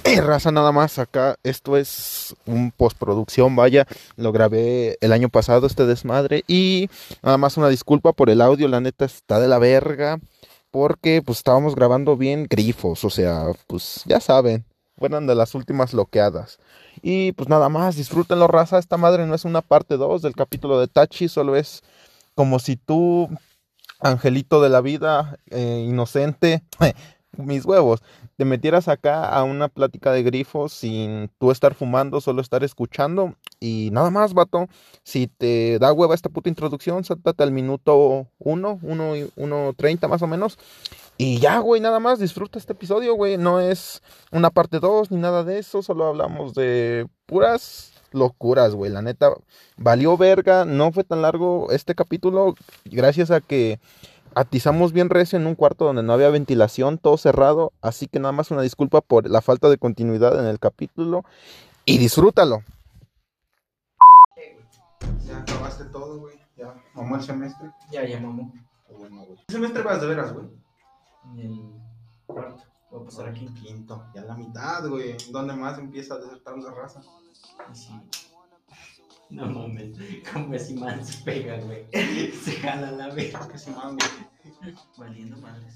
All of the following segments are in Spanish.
Raza, nada más acá, esto es un postproducción, vaya, lo grabé el año pasado este desmadre y nada más una disculpa por el audio, la neta está de la verga, porque pues estábamos grabando bien grifos, o sea, pues ya saben, fueron de las últimas loqueadas. Y pues nada más, disfrútenlo, raza, esta madre no es una parte 2 del capítulo de Tachi, solo es como si tú, angelito de la vida, inocente, mis huevos, te metieras acá a una plática de grifos sin tú estar fumando, solo estar escuchando y nada más, vato. Si te da hueva esta puta introducción, sáltate al minuto 1:30 más o menos. Y ya, güey, nada más, disfruta este episodio, güey. No es una parte 2 ni nada de eso, solo hablamos de puras locuras, güey. La neta, valió verga, no fue tan largo este capítulo, gracias a que atizamos bien recio en un cuarto donde no había ventilación, todo cerrado, así que nada más una disculpa por la falta de continuidad en el capítulo y disfrútalo. Ya acabaste todo, güey. Ya mamó el semestre. Ya mamó. Bueno, güey. ¿Qué semestre vas de veras, güey? En el cuarto. Voy a pasar aquí. Quinto, ya la mitad, güey. ¿Dónde más empieza a desertar la raza? Y sí. No mames, como ese man se pega, güey. Se jala la verga. Que sí, man, güey. Valiendo madres.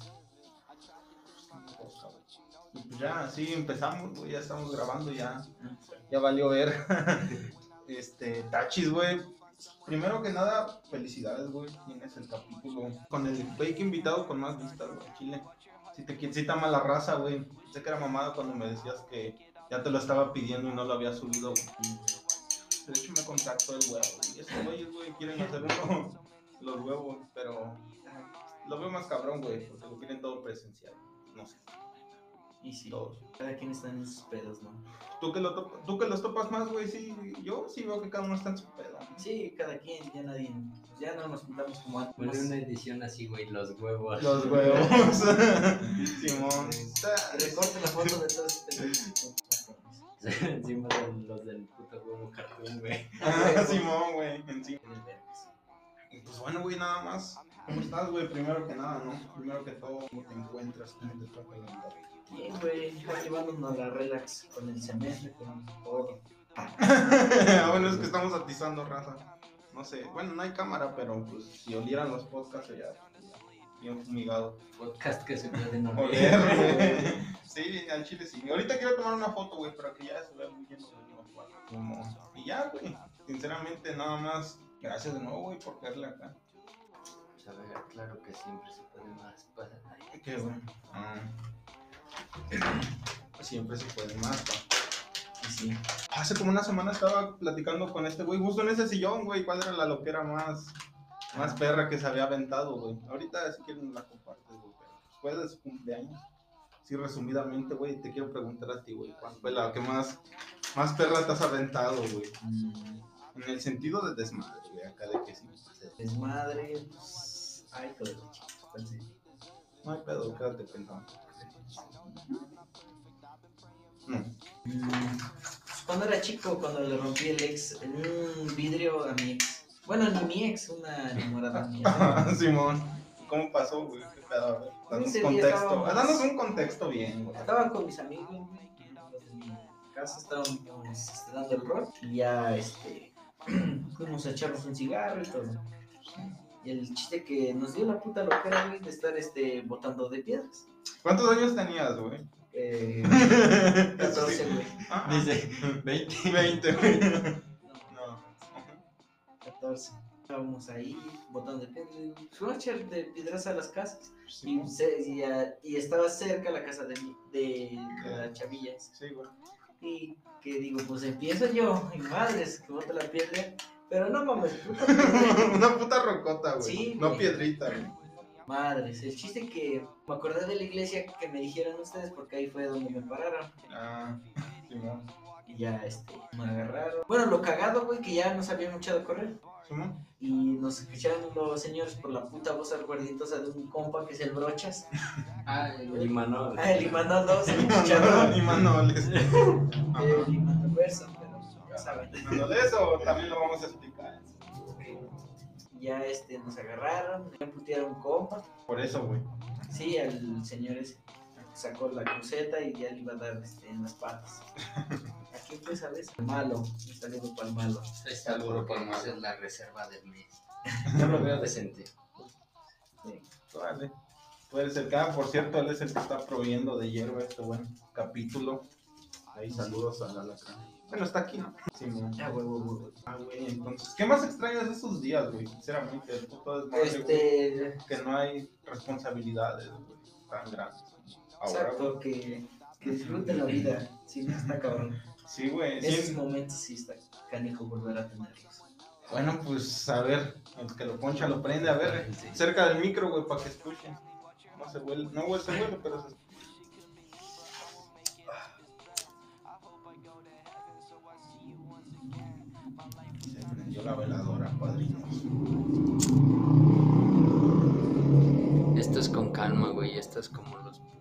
Y pues ya, sí, empezamos, güey. Ya estamos grabando, ya valió ver. Tachis, güey. Primero que nada, felicidades, güey. Tienes el capítulo con el fake invitado con más vistas, güey. Chile. Si te quita mala raza, güey. Sé que era mamada cuando me decías que ya te lo estaba pidiendo y no lo había subido, güey. De hecho, me contactó el huevo. Y esos güeyes, güey, quieren hacer uno los huevos, pero lo veo más cabrón, güey, porque lo quieren todo presencial. No sé. Y sí, Todos. cada quien está en sus pedos, ¿no? ¿Tú que los topas más, güey? Sí, yo sí veo que cada uno está en su pedo. Sí, cada quien, ya nadie. Ya no nos juntamos como antes. Ponle una edición así, güey, los huevos. Los huevos. Simón. Recorte la foto de todos estos. Encima de los del puto huevo cartoon, güey. Simón, güey. Encima. Y pues bueno, güey, nada más. ¿Cómo estás, güey? Primero que nada, ¿no? Primero que todo, ¿cómo te encuentras? ¿Cómo te trata la vida? Bien, güey, va llevándonos a la relax con el semestre, con todo. Bueno, es que estamos atizando, raza. No sé, bueno, no hay cámara, pero pues si olieran los podcasts ya bien fumigado. Podcast que se pueden Oler, oler. güey. Sí, al chile sí. Ahorita quiero tomar una foto, güey, para que ya se vea muy lleno de unos. Y ya, güey. Sinceramente, nada más. Gracias de nuevo, güey, por verle acá. Pues a ver, claro que siempre se puede más. Qué bueno. Siempre se puede más, pa. Y sí. Hace como una semana estaba platicando con este güey, justo en ese sillón, güey, cuál era la loquera más perra que se había aventado, güey. Ahorita si quieren la compartes, güey, pero después de su cumpleaños. Sí, resumidamente, güey, te quiero preguntar a ti, güey, ¿cuál fue la que más perra te has aventado, güey? En el sentido de desmadre, güey, acá de que sí. Desmadre, pues. Ay, todo lo chiquito, pensé. No hay pedo, quédate pensando. No. Cuando era chico, cuando le rompí el ex, un vidrio a mi ex. Bueno, ni mi ex, una enamorada mía. Simón, ¿cómo pasó, güey? ¿Qué pedo? A ver, danos un contexto bien, güey. Estaba con mis amigos, güey, en mi casa estábamos dando el rol y ya, fuimos a echarnos un cigarro y todo. Y el chiste que nos dio la puta loquera, güey, de estar, botando de piedras. ¿Cuántos años tenías, güey? 14, güey. Dice 20. 20, güey. No, 14. Estábamos ahí botando de piedras. Fuimos a echar de piedras a las casas. Sí, Y estaba cerca la casa de la chavilla. sí, güey. Y que digo, pues empiezo yo, y madres, que bota la piedra. Pero no mames, puta piedra. Una puta rocota, güey. Sí, no güey. piedrita, güey. Madres, el chiste que me acordé de la iglesia que me dijeron ustedes porque ahí fue donde me pararon. Simón. Y ya, me agarraron. Bueno, lo cagado, güey, que ya nos habían echado a correr. Simón. Y nos escucharon los señores por la puta voz aguardientosa de un compa que es el Brochas. El Imanol. El Imanol 2, el chicharrón. Imanoles. El Imanol verso, pero ya saben. Eso también lo vamos a explicar. Ya nos agarraron, me putearon un compa. Por eso, güey. Sí, al señor ese. sacó la cruceta y ya le iba a dar en las patas. Aquí pues, ¿sabes? El malo, un saludo para el malo. Está duro porque más es la reserva del mes. Yo lo veo decente. Sí. Vale. Puede ser que, por cierto, él es el que está proveyendo de hierba este buen capítulo. Ahí saludos a la lacra. Bueno, está aquí, ¿no? Sí, no. Ya, huevo. Ah, güey, entonces, ¿qué más extrañas de esos días, güey? Sinceramente, el puto desmadre, güey, que no hay responsabilidades, güey, tan grandes. Ahora, Exacto, que disfruten la vida. Sí, no está cabrón. sí, güey. En esos Sí. momentos sí está canijo volver a tenerlos. Bueno, pues, a ver, el que lo poncha lo prende, a ver, Sí. cerca del micro, güey, para que escuchen. No se huele, no güey, se huele, pero se escucha. Se prendió la veladora, padrinos. Esto es con calma, güey. Esto es como los puros.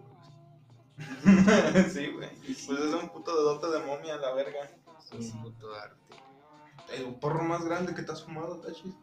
Sí, güey. Pues es un puto dedote de momia, la verga. Es un puto arte. El porro más grande que te has fumado, Tachis.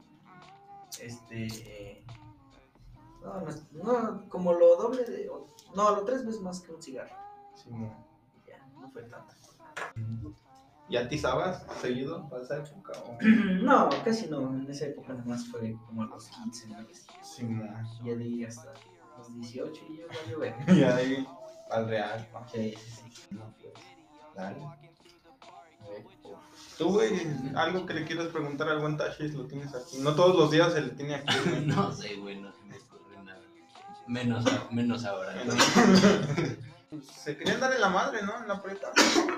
No, como lo doble de. No, lo 3 veces más que un cigarro. Sí, mo. Ya, no fue tanto. ¿Y atizabas seguido para esa época? O... No, casi no. En esa época nomás fue como a los 15, ¿no? Sí, mo. Ya de ahí hasta los 18 y yo valió ver. Y ahí, al real, pa. Sí. No, pues, dale. A ver, tú, güey, algo que le quieras preguntar al buen Tachis, lo tienes aquí. No todos los días se le tiene aquí, güey. No sé, güey, no se me ocurre nada. Menos ahora. Bueno, se querían dar en la madre, ¿no? En la prepa.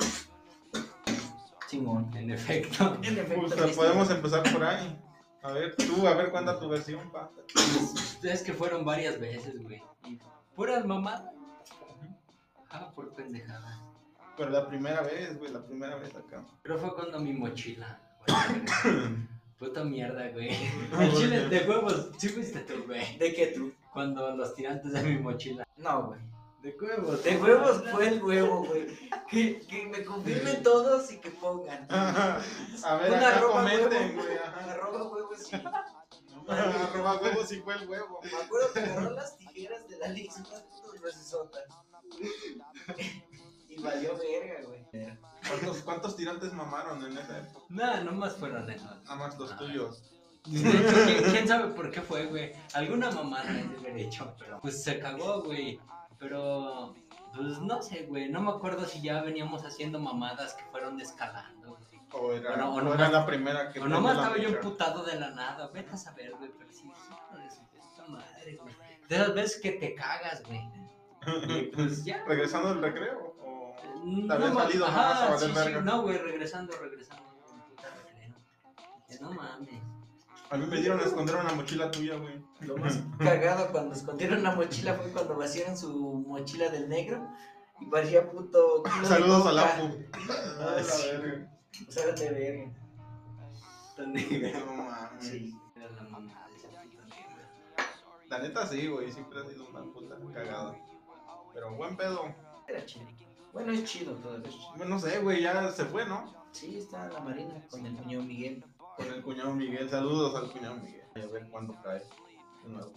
Simón. En efecto. En efecto. Pues podemos empezar por ahí. A ver, tú, a ver cuándo tu versión, pa. Es que fueron varias veces, güey. Y puras mamadas. Por pendejada. Pero la primera vez, güey, la primera vez acá. Pero fue cuando mi mochila. Güey. Puta mierda, güey. El chile de huevos. Sí fuiste tú, güey. ¿De qué tú? Cuando los tirantes de mi mochila. No, güey. De huevos. De huevos fue el huevo, güey. Que me confirmen todos y que pongan. A ver, Una acá arroba comenten, huevo. güey. Ajá. Arroba huevos sí. Arroba huevos y fue el huevo. Me acuerdo que agarró las tijeras de la Lix, unas putas gruesotas. Y valió verga, güey. ¿Cuántos tirantes mamaron en esa época? Nada, nomás fueron esos. Nada más los tuyos. De hecho, ¿quién sabe por qué fue, güey? Alguna mamada de haber hecho, pero pues se cagó, güey. Pero, pues no sé, güey. No me acuerdo si ya veníamos haciendo mamadas que fueron descalando, güey. O era, Bueno, o o nomás- era la primera que O nomás prendió la estaba yo mecha. emputado de la nada. Vete a saber, güey. Pero sí, hijo de su puta madre, güey. De esas veces que te cagas, güey. Y pues ya. ¿Regresando del recreo? ¿O No, habías salido ajá, nomás a valer sí, verga? no, güey, regresando. Puta recreo. No mames. A mí me dieron a esconder una mochila tuya, güey. Lo más cagado cuando escondieron la mochila fue cuando vaciaron su mochila del negro y parecía puto kilo de Saludos a coca. la PU. Ah, sí. la verga. O sea, de verga. Tan negra. No mames. Sí. Era la mamá de esa puta negra. La neta sí, güey. Siempre ha sido una puta cagada. Pero buen pedo. Era chido. Bueno, es chido todavía. Bueno, no sé, güey. Ya se fue, ¿no? Sí, está en la marina con el cuñado Miguel. Con el cuñado Miguel. Saludos al cuñado Miguel. A ver cuándo cae de nuevo.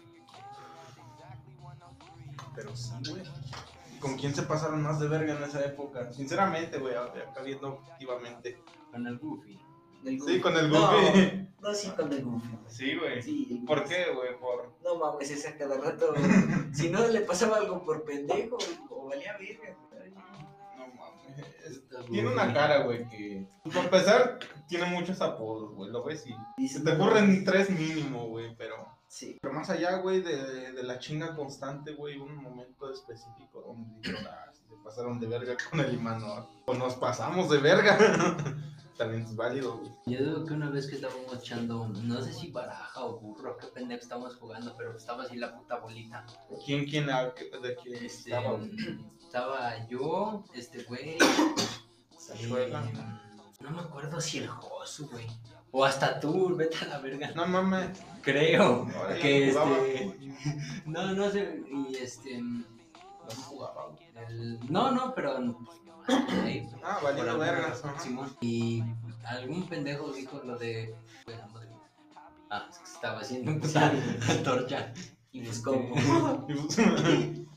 Pero sí, güey. ¿Con quién se pasaron más de verga en esa época? Sinceramente, güey, acá viendo objetivamente. Con el Goofy. Del Sí, con el No, Goofy. no, sí, con el Goofy. Sí, güey. Sí. ¿Por qué, güey? Por... No mames, ese a cada rato. Si no le pasaba algo por pendejo o valía verga. No mames. Tiene una cara, güey, que... Por empezar, tiene muchos apodos, güey. Lo ves y... Se te ocurren 3 mínimo, güey, pero... Sí. Pero más allá, güey, de la chinga constante, güey, un momento específico donde dijeron, se pasaron de verga con el Imanol. O nos pasamos de verga. También es válido, güey. Yo digo que una vez que estábamos echando, no sé si baraja o burro, qué pendejo estábamos jugando, pero estaba así la puta bolita. ¿De quién estaba, güey? Estaba yo, güey. Sachuela. No me acuerdo si el Josu, güey. O hasta tú, vete a la verga. No mames. Creo Ahora ya que no jugaba. No sé, y No jugaba, güey. No, pero pues, ahí, Ah, valiendo por verga. alguna razón, Simón. Y algún pendejo dijo lo de. Bueno, madre mía. Es que estaba haciendo una puta antorcha. Y buscó.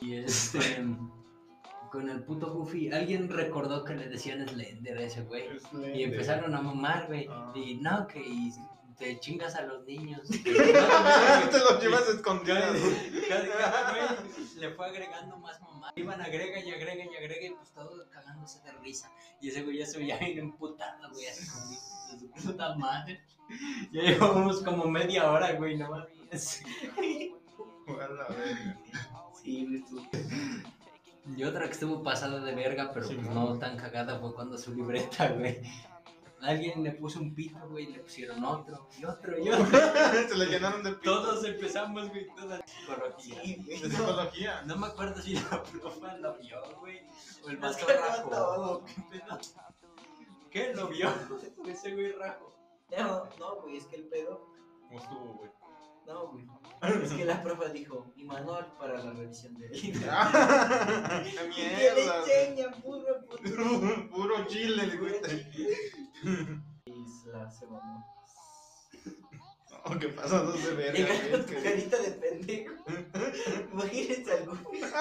Y con el puto Goofy, alguien recordó que le decían Slender a ese güey. Y empezaron a mamar, güey. Y no, que te chingas a los niños. Te los llevas escondidos. Cada güey le fue agregando más mamá. Iban agrega y pues todos cagándose de risa. Y ese güey ya se veía bien emputado, güey, así como de su puta madre. Ya llevamos como media hora, güey, no mames. A la verga. Sí, güey, tú. Y otra que estuvo pasada de verga, pero Sí, pues ¿no? no tan cagada, fue cuando su libreta, güey. Alguien le puso un pito, güey, y le pusieron otro, y otro, y otro. Se le llenaron de pito. Todos empezamos, güey, toda psicología. Sí, güey. De psicología. No me acuerdo si la profa lo vio, güey, o el Nos vato cagó rajó, todo. o qué pedo. ¿Qué? ¿Lo vio? Ese güey rajo. No, güey, es que el pedo. ¿Cómo estuvo, güey? No, güey. Es que la profa dijo, y manual para la revisión del libro. ¡Qué ¿Qué le mierda! enseñan, puro puto? Puro chile, el güey. Y se mamó. No, ¿qué pasa? No se ve. Llega con tu carita de pendejo. Imagínense algo.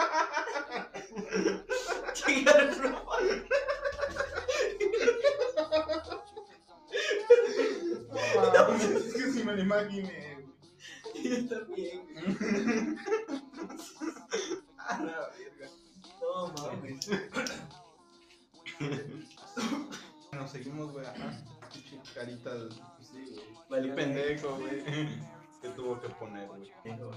Llega el profa. Es que si me lo imaginé, güey. Yo también. A la verga. No, mames. Bueno, seguimos, güey. Ajá. Pinche carita, sí, güey. Valió Pendejo, güey. ¿Qué tuvo que poner, güey?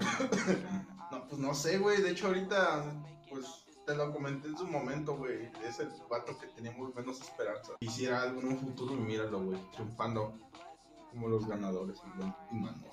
No, pues no sé, güey. De hecho, ahorita, pues te lo comenté en su momento, güey. Es el vato que teníamos menos esperanza. Quisiera algo en un futuro y míralo, güey. Triunfando como los ganadores. Y mano.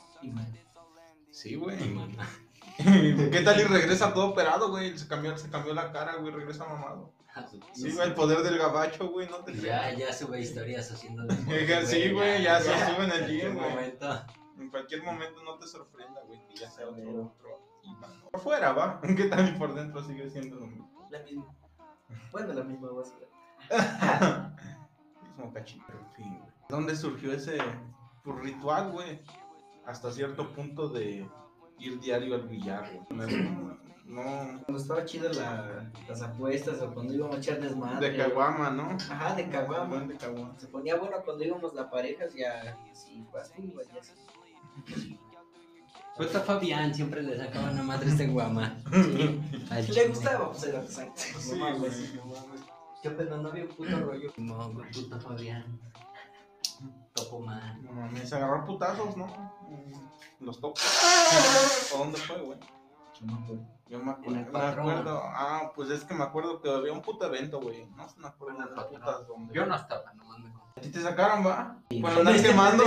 Sí, güey. ¿Qué tal y regresa todo operado, güey? Se cambió la cara, güey. Regresa mamado. Sí, güey. El poder del gabacho, güey. No te Ya sube historias haciendo Sí, güey. Ya se sube en el cualquier gym, güey. momento. En cualquier momento no te sorprenda, güey, que ya sea otro Imanol. Por fuera, ¿va? ¿Qué tal y por dentro sigue siendo lo mismo? La misma. Bueno, la misma básica. Mismo cachito, pero en fin, güey. ¿Dónde surgió ese pues, ritual, güey? Hasta cierto punto de ir diario al billar, güey. No, Cuando estaba chida las apuestas o cuando íbamos a echar desmadre. de caguama, ¿no? Ajá, de caguama. De caguama. Se ponía bueno cuando íbamos la pareja, ya así, pues tú, güey, ya así. Puta Fabián, siempre le sacaba una madre este guama. Al Le chile. gustaba, pues era exacto. Sí, No mames, güey. no mames. ¿Qué pedo? No había un puto rollo. No, güey, puta Fabián. Topo man. No mames, se agarró putazos, ¿no? Los topos. ¿O dónde fue, güey? No me acuerdo. Yo me acuerdo, En el Patrón. pues es que me acuerdo que había un puto evento, güey. No me acuerdo En el de las Patrón. putas donde. Yo no estaba, nomás me conté. ¿A ti te sacaron, va? Sí. Bueno, andar quemando.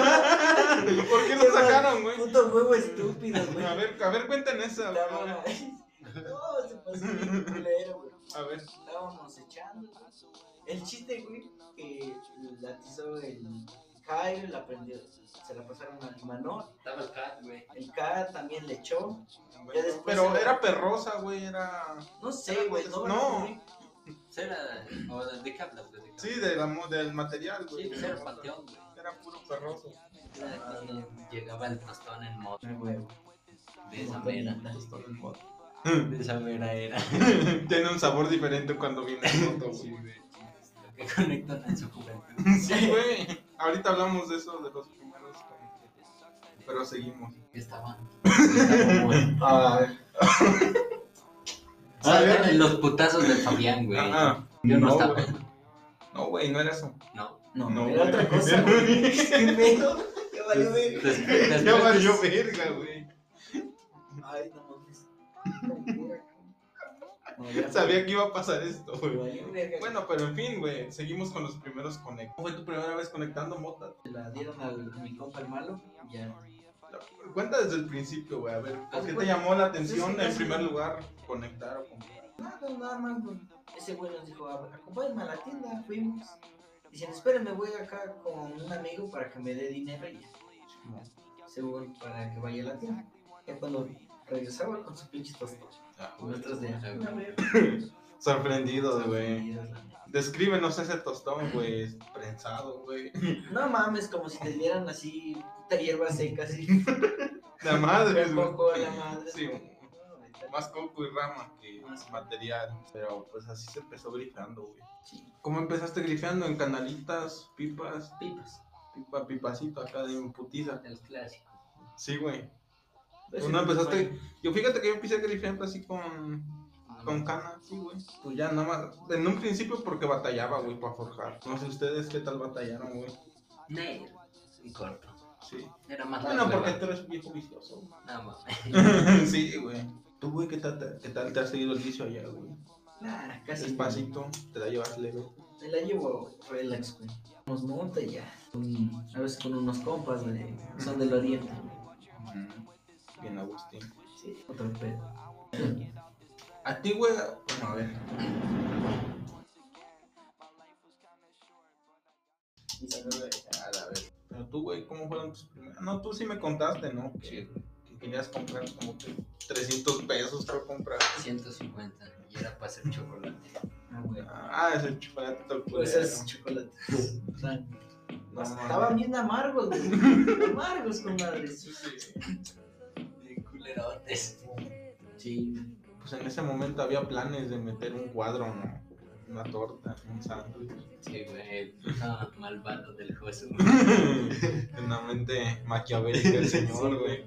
¿Por qué lo sacaron, güey? Puto huevo estúpido, güey. A ver, cuenten esa, güey. No, se pasó bien culero, güey. A ver. Estábamos echando, güey. El chiste, güey, que la atizó el Jairo, la prendió, se la pasaron al Imanol. Estaba el cat, güey. El K también le echó. Bueno, después pero se- era perrosa, güey, era... No sé, güey, no. No. Era. ¿O de qué hablas, güey? Sí, del material, Sí, güey. pues era el panteón, güey. Era puro perroso. Era cuando llegaba el tostón en moto. Ah, güey. De esa mera. Tostón en moto. De esa mera era. Tiene un sabor diferente cuando viene en moto, Sí, güey. güey. Lo que conectan en su juventud. Sí, güey. Ahorita hablamos de eso, de los primeros. Pero seguimos. Estaba muy. ¿Sabes? Los putazos del Fabián, güey. Ajá. Yo no No, estaba. güey. No, güey, no era eso. No. No, era otra cosa, güey. ¿Qué pedo? Ya valió ver. Después Ya valió verga, güey. Ay, no mames. No, ya Sabía que iba a pasar esto, güey. valió verga. Bueno, pero en fin, güey, seguimos con los primeros conectos. ¿Cómo fue tu primera vez conectando motas? La dieron a mi compa el malo. Ya. Cuenta desde el principio, güey, a ver, ¿por qué te Pues, llamó la atención sí, en sí. primer lugar conectar o comprar? Nada más, güey. Ese güey nos dijo, acompáñenme a la tienda, fuimos. Dicen, espérenme, voy acá con un amigo para que me dé dinero y ya. Seguro, para que vaya a la tienda. Ya cuando regresaba con su pinche tostón. Nosotros de, a ver. Sorprendido, güey. Descríbenos ese tostón, güey, prensado, güey. No mames, como si te dieran así puta hierba seca, así. La madre, Un güey. poco a la madre. Sí. Más coco y rama que Más. material. Pero pues así se empezó grifeando, güey. Sí, ¿Cómo empezaste grifeando? ¿En canalitas, pipas? pipas. Pipacito acá de putiza. El clásico. Sí, güey. Ese Tú no nunca empezaste. falla. Yo fíjate que yo empecé grifeando así con cana, sí, güey. Pues ya nada más. En un principio porque batallaba, güey, para forjar. No sé ustedes qué tal batallaron, güey. Nel. En corto. Sí. Era más Bueno, la porque hueva. tú eres viejo vicioso, güey. Nada más. Sí, güey. Tú, güey, qué tal te has seguido el vicio allá, güey? Nah, casi. Despacito, te la llevas leve. Me la llevo relax, güey. Nos monta y ya. A veces con unos compas, güey. Son del oriente. Bien, Agustín. Sí, otro pedo. A ti, güey, bueno, a ver. A ver. Pero tú, güey, ¿cómo fueron tus primeras? No, tú sí me contaste, ¿no? Que querías comprar como que 300 pesos para comprar. 150. Y era para hacer chocolate. Ah, güey. Ah, ese chocolate todo Pues culero. es chocolate. O sea, No, estaban bien amargos, güey. Amargos, comadre. Sí, De culerotes. sí. Pues en ese momento había planes de meter un cuadro, ¿no? Una torta, un sándwich. Sí, güey. El puto malvado del Josu. En la mente maquiavélica del señor, güey.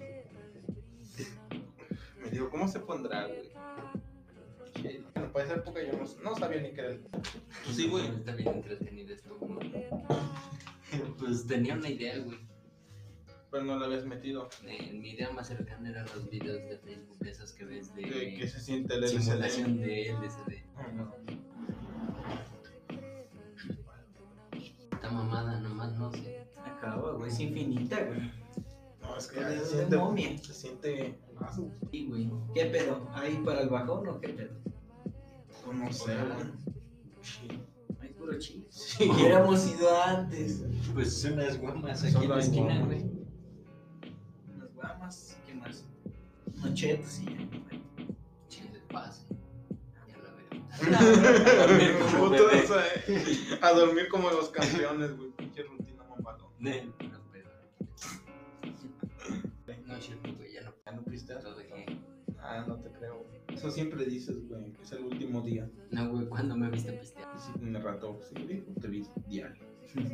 Me dijo, ¿cómo se pondrá, güey? Sí, bueno, para esa época yo no sabía ni qué era el... Pues sí, güey. Está bien entretenido esto, güey. Pues tenía una idea, güey. Pero no lo habías metido. Mi idea más cercana eran los videos de Facebook, esos que ves ¿Qué se siente el simulación LCD? de LSD. Esta mamada nomás no sé. Acaba, güey. Es infinita, güey. No, es que Con ya dedos se de siente... momia. Se siente más, güey. Sí, güey. ¿Qué pedo? ¿Ahí para el bajón o qué pedo? Pues no sé, güey. Sí. Hay puro chile. Sí. Hubiéramos ido antes. Pues unas guamas aquí Solo en la hay esquina, guamas. güey. Unas guamas. ¿Qué más? Unos chetos y ya. güey. Chile pase. Ya lo veo. A dormir como Puto, bebé. o sea, a dormir como los campeones, güey. Pinche rutina mamadón. Nel, no pedo. No, cierto, güey, ya no. ¿Ya no pisteas? Lo dejé. Ah, no te creo. Eso siempre dices, güey, que es el último día. No, güey, ¿cuándo me viste pistear? Sí, en el rato, sí, dijo, te vi diario.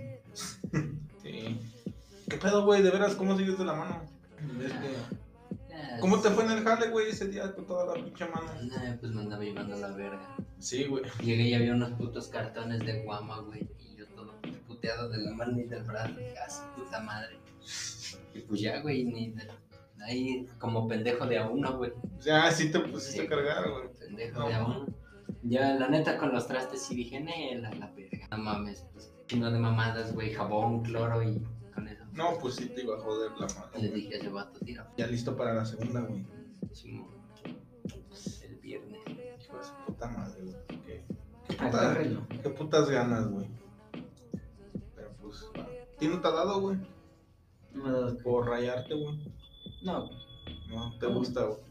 Sí. ¿Qué pedo, güey? De veras, ¿cómo sigues de la mano? Es que... ¿Cómo te fue en el jale, güey, ese día con toda la pinche mano? Nah, pues me andaba llevando la verga. Sí, güey. Llegué y había unos putos cartones de guama, güey. Y yo todo puteado de la mano y del brazo. Casi puta madre. Y pues ya, güey, ni de... Ahí como pendejo de a uno, güey. O sea, sí te pusiste Sí. a cargar, güey. Pendejo No, de a no. uno. Ya, la neta, con los trastes sí dije, a la verga. No mames, pues, chino de mamadas, güey, jabón, cloro y con eso. No, pues sí te iba a joder la mano. Le dije a ese vato, tira, Ya listo para la segunda, güey. Simón. El viernes. Hijo de su puta madre, güey. Agárrelo. Qué putas ganas, güey. Pero pues, va. ¿Ti no te ha dado, güey? No me ha dado Por rayarte, güey. No, No, te gusta, güey.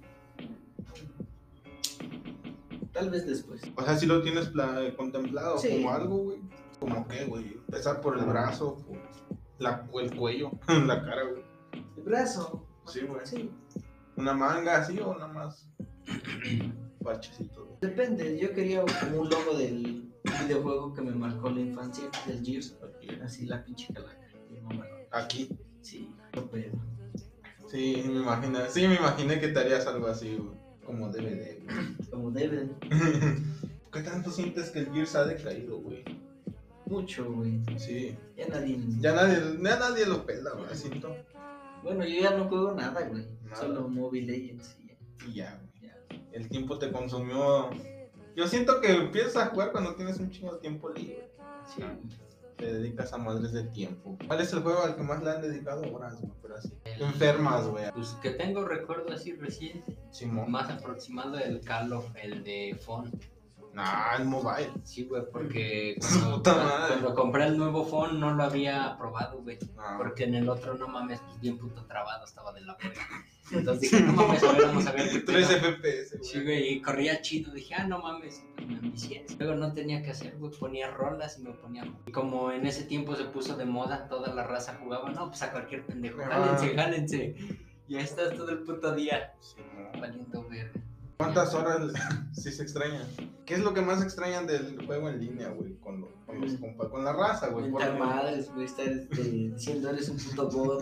tal vez después. O sea, si lo tienes contemplado Sí. como algo, güey. ¿Como qué, güey? Empezar por el brazo, por el cuello, la cara, güey. El brazo. Sí, güey. Sí. ¿Una manga así o nada más? Parchecito, güey. Depende. Yo quería como un logo del videojuego que me marcó la infancia, del Gears. Así la pinche calaca. Mi mamá. Aquí. Sí, qué pedo. Sí, me imaginé que te harías algo así, güey. Como DVD, güey. Como deben. ¿Qué tanto sientes que el Gears ha decaído, güey? Mucho, güey. Sí. Ya nadie. Ya nadie lo pela, güey, siento. Bueno, yo ya no juego nada, güey. Nada. Solo Mobile Legends y ya. Y ya, güey. Ya. El tiempo te consumió. Yo siento que empiezas a jugar cuando tienes un chingo de tiempo libre. Sí, güey. Te dedicas a madres de tiempo. ¿Cuál es el juego al que más le han dedicado horas, güey? Pero así. Enfermas, güey. Pues que tengo recuerdo así reciente. Simón. Más aproximado el Call of, el de Phone. Nah, el mobile. Sí, güey, porque Puta madre. cuando compré el nuevo Phone no lo había probado, güey. Ah, Porque en el otro, no mames, pues bien puto trabado estaba de la verga. Entonces dije, no mames, a ver, vamos a ver qué 3 pedo. FPS, güey. Sí, güey, y corría chido. Dije, no mames, pues me ambicié. Luego no tenía que hacer, güey, ponía rolas y me ponía. Y como en ese tiempo se puso de moda, toda la raza jugaba, no, pues a cualquier pendejo, Ah. jálense, jálense. Y ahí estás todo el puto día. Simón. valiendo verga. ¿Cuántas horas sí se extrañan? ¿Qué es lo que más extrañan del juego en línea, güey? Con los compas, con la raza, güey. Mentar madres, güey, estar diciendo eres un puto bot.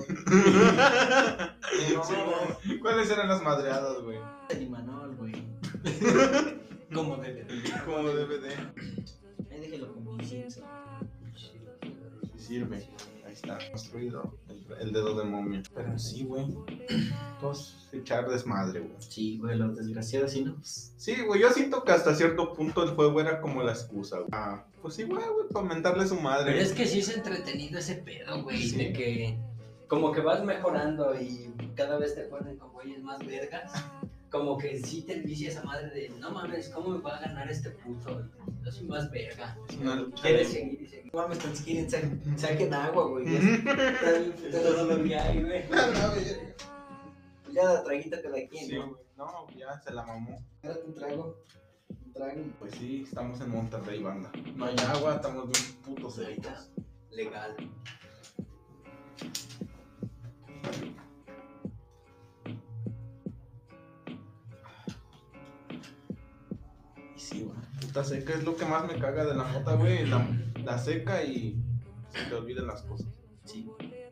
Sí, güey. ¿Cuáles eran las madreadas, güey? Y Manol, güey. Como debe. Como DVD. Ahí déjelo con mi Simpson. Sí sirve. Ahí está, construido el dedo de momia. Pero sí, güey. Todos echar desmadre, güey. Sí, güey, los desgraciados, sí, ¿no? Pues, Sí, güey, yo siento que hasta cierto punto el juego era como la excusa, güey. Pues igual, güey, para mentarle su madre. Pero es que sí es entretenido ese pedo, güey, Sí. de que como que vas mejorando y cada vez te ponen con güeyes más vergas. Como que sí te envicia esa madre de, no mames, ¿cómo me va a ganar este puto? Yo soy más verga. Es una lucha Quieres de- seguir y seguir. no mames, tan siquiera saquen agua, güey. Todo lo que hay, güey. Ya da traguito cada quien, Sí, ¿no? güey. No, ya se la mamó. Ahora un trago. Un trago. Pues sí, estamos en Monterrey, banda. No hay agua, estamos bien putos secos. Legal. Y sí, güey. Puta seca es lo que más me caga de la mota, güey. La seca y se te olvidan las cosas. Sí.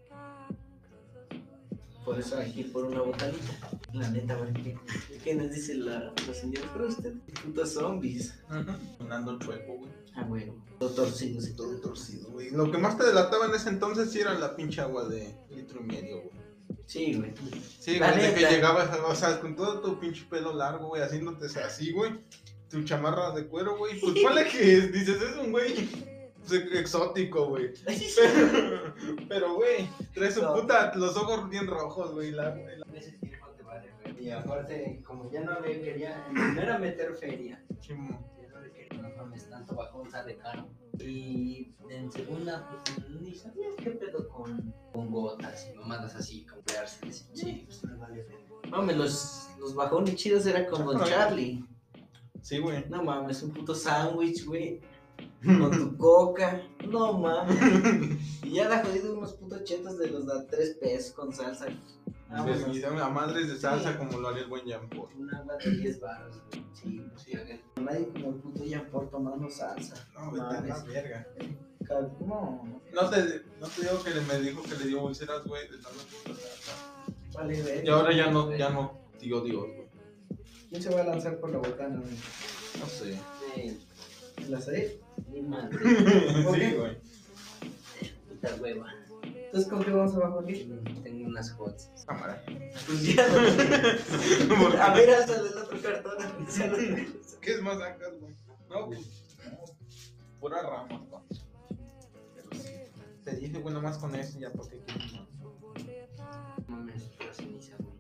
Por eso hay que ir por una botanita. La neta, güey. ¿Qué nos dice la señora Frosted? Putos zombies. Sonando chueco, güey. Ah, bueno. Todo torcido, sí, Todo torcido, güey. Lo que más te delataba en ese entonces sí era la pinche agua de 1,5 litros, güey. Sí, güey. Sí, La güey, de que neta. llegabas, o sea, con todo tu pinche pelo largo, güey, haciéndote así, güey. Tu chamarra de cuero, güey. Pues ponle que dices, es un güey exótico, güey. Pero, güey, trae su No. puta, los ojos bien rojos, güey. Ese tiempo te vale, güey. Y aparte, como ya no le quería, no era meter feria. Chimo. Ya no le quería, no mames, tanto bajón sale caro. Y en segunda, pues ni sabías qué pedo con gotas y mamadas así, con pegarse. Sí, pues me vale verga. Mames, los bajones chidos era con Don Charlie. Sí, güey. No mames, un puto sándwich, güey. Con tu coca. No mames. Y ya le ha jodido unos putos chetos de los de 3 pesos con salsa. Vámonos. Y dame a madres de salsa Sí. como lo haría el buen Jean Paul. Un agua de 10 baros, güey. Sí, Sí. sí. Nadie como el puto ya por tomando salsa. No, vete a la Mames. verga. No, No te digo que me dijo que le dio úlceras, güey, de tanta puta salsa. vale, ver. Y ahora ya no, digo Dios, güey. ¿Quién se va a lanzar por la botana, güey? No sé. ¿La sé? Ni madre. Sí, güey. Puta hueva. Entonces, ¿con qué vamos abajo aquí? Tengo unas hots. Cámara. Pues ya, no. A ver, hasta el otro cartón. ¿Qué es más acá, güey? No, pues, no, pura rama, pa. Pero sí. Te dije, güey, nomás con eso, ya porque quieres más. Mames, pero ceniza, güey.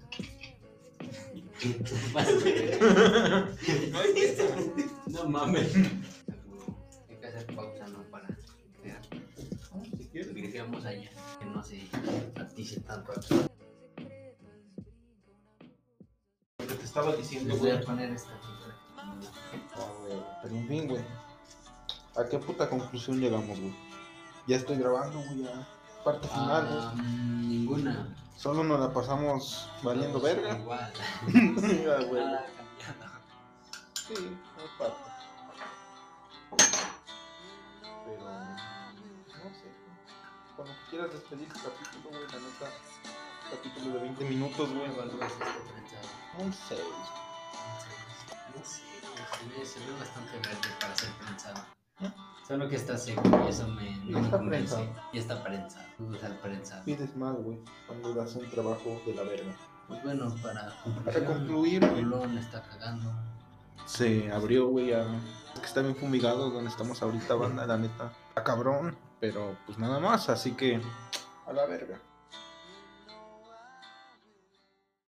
No mames. Hay que hacer pausa, ¿no? Para crear. Si quieres. Grifeamos allá. Que no se atice tanto. Lo que te estaba diciendo, Les voy güey. a poner esta cifra. Ah, güey. Pero en fin, güey. ¿A qué puta conclusión llegamos, güey? Ya estoy grabando, güey, ya. Parte final, güey. Ninguna. Solo nos la pasamos valiendo Todos verga. Igual. Mira, güey. Nada cambiado. Sí, es parte. Pero, no sé. Cuando quieras despedir tu capítulo, güey, la neta. Capítulo de 20 minutos, güey. ¿Cómo evalúas este prensado? Un 6. No sé, se ve bastante verde para ser prensado. Solo que está seco y eso no me está convence. prensado. Y está prensado. Me gusta el prensado. Pides mal, güey, cuando das un trabajo de la verga. Pues bueno, Para concluir, güey. Colón está cagando. Se abrió, güey, a... Es que está bien fumigado donde estamos ahorita, banda, la neta. Está cabrón, pero pues nada más, así que... A la verga.